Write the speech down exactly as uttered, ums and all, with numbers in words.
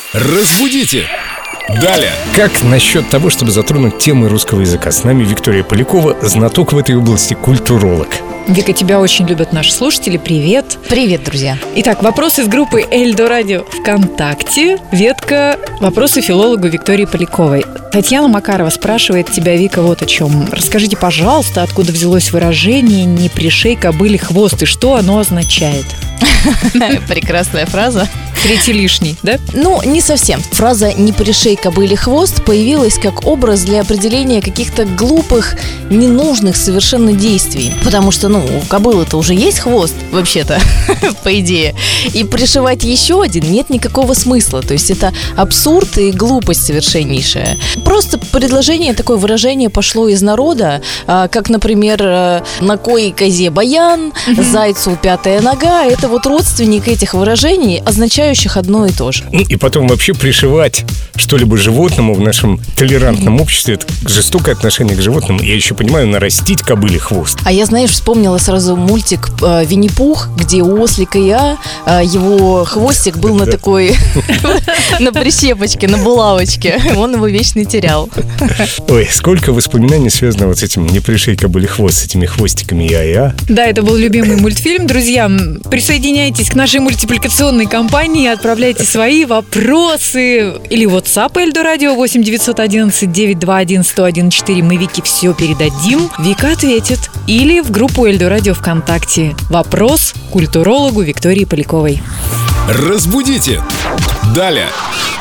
Разбудите! Далее! Как насчет того, чтобы затронуть темы русского языка? С нами Виктория Полякова, знаток в этой области, культуролог. Вика, тебя очень любят наши слушатели. Привет. Привет, друзья. Итак, вопрос из группы Эльдо Радио ВКонтакте. Ветка «Вопросы филологу Виктории Поляковой». Татьяна Макарова спрашивает тебя, Вика, вот о чем. Расскажите, пожалуйста, откуда взялось выражение «не пришей кобыле хвост» и что оно означает? Прекрасная фраза. Третий лишний, да? Ну, не совсем. Фраза «не пришей кобыле хвост» появилась как образ для определения каких-то глупых, ненужных совершенно действий. Потому что, ну, у кобылы-то уже есть хвост, вообще-то, по идее. И пришивать еще один нет никакого смысла. То есть это абсурд и глупость совершеннейшая. Просто предложение, такое выражение пошло из народа, как, например, «на кой козе баян», «зайцу пятая нога». Это вот родственник этих выражений, означающих одно и то же. И потом вообще пришивать что-либо животному в нашем толерантном обществе — это жестокое отношение к животным. Я еще понимаю, нарастить кобыле хвост. А я, знаешь, вспомнила сразу мультик э, «Винни-Пух», где у ослика Я э, его хвостик был на такой, на прищепочке, на булавочке. Он его вечно терял. Ой, сколько воспоминаний связано вот с этим «не пришей кобыле хвост», с этими хвостиками Я-Я. Да, это был любимый мультфильм. Друзья, присоединяйтесь к нашей мультипликационной кампании, отправляйте свои вопросы или в WhatsApp Эльдо Радио восемь девятьсот одиннадцать девятьсот двадцать один сто один четыре. Мы Вике все передадим. Вика ответит. Или в группу Эльдо Радио ВКонтакте. Вопрос культурологу Виктории Поляковой. Разбудите! Далее!